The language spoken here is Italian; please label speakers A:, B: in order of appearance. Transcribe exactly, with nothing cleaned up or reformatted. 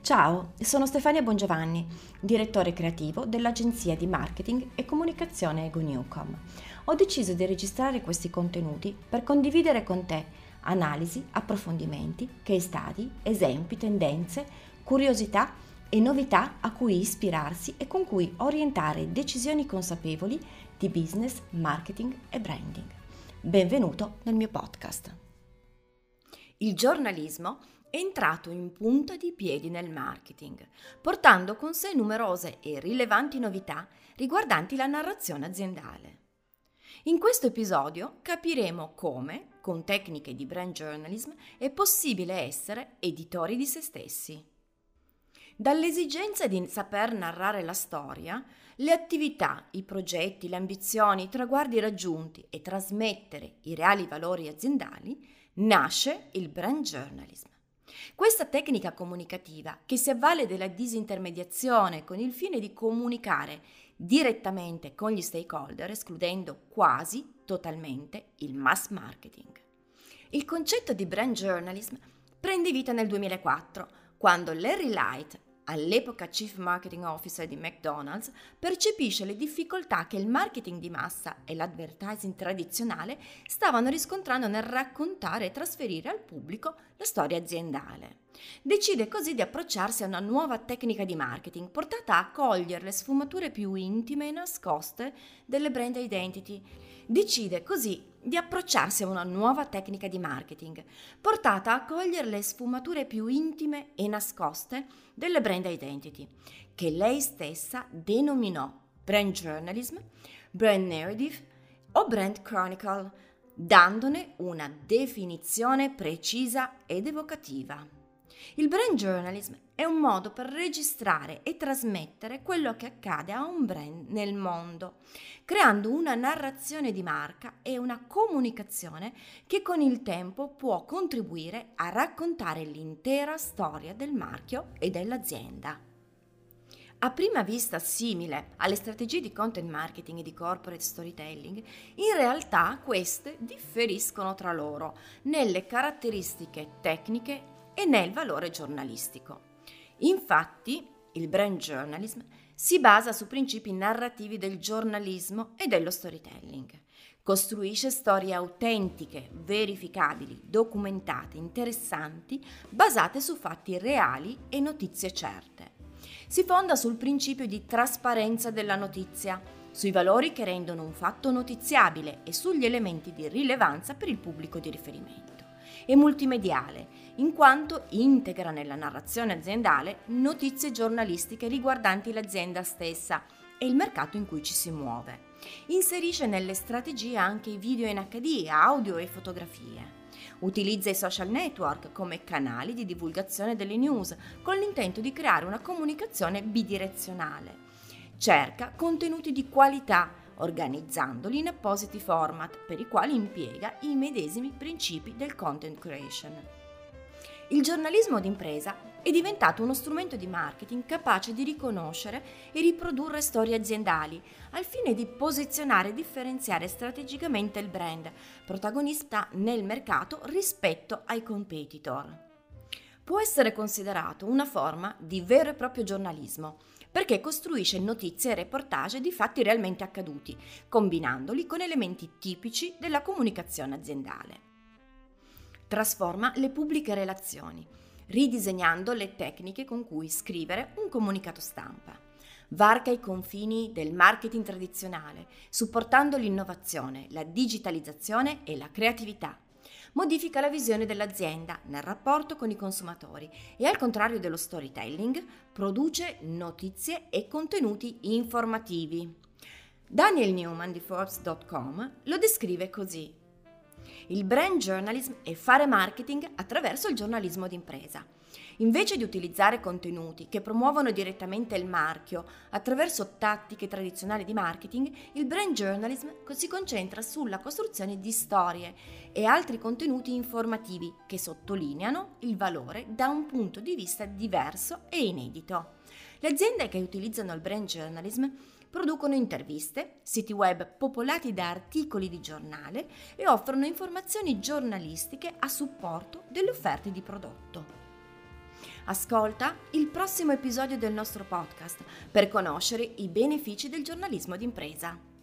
A: Ciao, sono Stefania Bongiovanni, direttore creativo dell'agenzia di marketing e comunicazione Ego Newcom. Ho deciso di registrare questi contenuti per condividere con te analisi, approfondimenti, case study, esempi, tendenze, curiosità e novità a cui ispirarsi e con cui orientare decisioni consapevoli di business, marketing e branding. Benvenuto nel mio podcast. Il giornalismo è entrato in punta di piedi nel marketing, portando con sé numerose e rilevanti novità riguardanti la narrazione aziendale. In questo episodio capiremo come, con tecniche di brand journalism, è possibile essere editori di se stessi. Dall'esigenza di saper narrare la storia, le attività, i progetti, le ambizioni, i traguardi raggiunti e trasmettere i reali valori aziendali, nasce il brand journalism. Questa tecnica comunicativa, che si avvale della disintermediazione con il fine di comunicare direttamente con gli stakeholder, escludendo quasi totalmente il mass marketing. Il concetto di brand journalism prende vita nel duemilaquattro, quando Larry Light, all'epoca Chief Marketing Officer di McDonald's, percepisce le difficoltà che il marketing di massa e l'advertising tradizionale stavano riscontrando nel raccontare e trasferire al pubblico la storia aziendale. Decide così di approcciarsi a una nuova tecnica di marketing portata a cogliere le sfumature più intime e nascoste delle brand identity. Decide così di approcciarsi a una nuova tecnica di marketing, portata a cogliere le sfumature più intime e nascoste delle brand identity, che lei stessa denominò brand journalism, brand narrative o brand chronicle, dandone una definizione precisa ed evocativa. Il brand journalism è un modo per registrare e trasmettere quello che accade a un brand nel mondo, creando una narrazione di marca e una comunicazione che con il tempo può contribuire a raccontare l'intera storia del marchio e dell'azienda. A prima vista simile alle strategie di content marketing e di corporate storytelling, in realtà queste differiscono tra loro nelle caratteristiche tecniche e nel valore giornalistico. Infatti, il brand journalism si basa su principi narrativi del giornalismo e dello storytelling. Costruisce storie autentiche, verificabili, documentate, interessanti, basate su fatti reali e notizie certe. Si fonda sul principio di trasparenza della notizia, sui valori che rendono un fatto notiziabile e sugli elementi di rilevanza per il pubblico di riferimento. È multimediale, in quanto integra nella narrazione aziendale notizie giornalistiche riguardanti l'azienda stessa e il mercato in cui ci si muove. Inserisce nelle strategie anche i video in acca di, audio e fotografie. Utilizza i social network come canali di divulgazione delle news con l'intento di creare una comunicazione bidirezionale. Cerca contenuti di qualità, organizzandoli in appositi format per i quali impiega i medesimi principi del content creation. Il giornalismo d'impresa è diventato uno strumento di marketing capace di riconoscere e riprodurre storie aziendali al fine di posizionare e differenziare strategicamente il brand, protagonista nel mercato rispetto ai competitor. Può essere considerato una forma di vero e proprio giornalismo, perché costruisce notizie e reportage di fatti realmente accaduti, combinandoli con elementi tipici della comunicazione aziendale. Trasforma le pubbliche relazioni, ridisegnando le tecniche con cui scrivere un comunicato stampa. Varca i confini del marketing tradizionale, supportando l'innovazione, la digitalizzazione e la creatività. Modifica la visione dell'azienda nel rapporto con i consumatori e, al contrario dello storytelling, produce notizie e contenuti informativi. Daniel Newman di Forbes punto com lo descrive così: il brand journalism è fare marketing attraverso il giornalismo d'impresa. Invece di utilizzare contenuti che promuovono direttamente il marchio attraverso tattiche tradizionali di marketing, il brand journalism si concentra sulla costruzione di storie e altri contenuti informativi che sottolineano il valore da un punto di vista diverso e inedito. Le aziende che utilizzano il brand journalism producono interviste, siti web popolati da articoli di giornale e offrono informazioni giornalistiche a supporto delle offerte di prodotto. Ascolta il prossimo episodio del nostro podcast per conoscere i benefici del giornalismo d'impresa.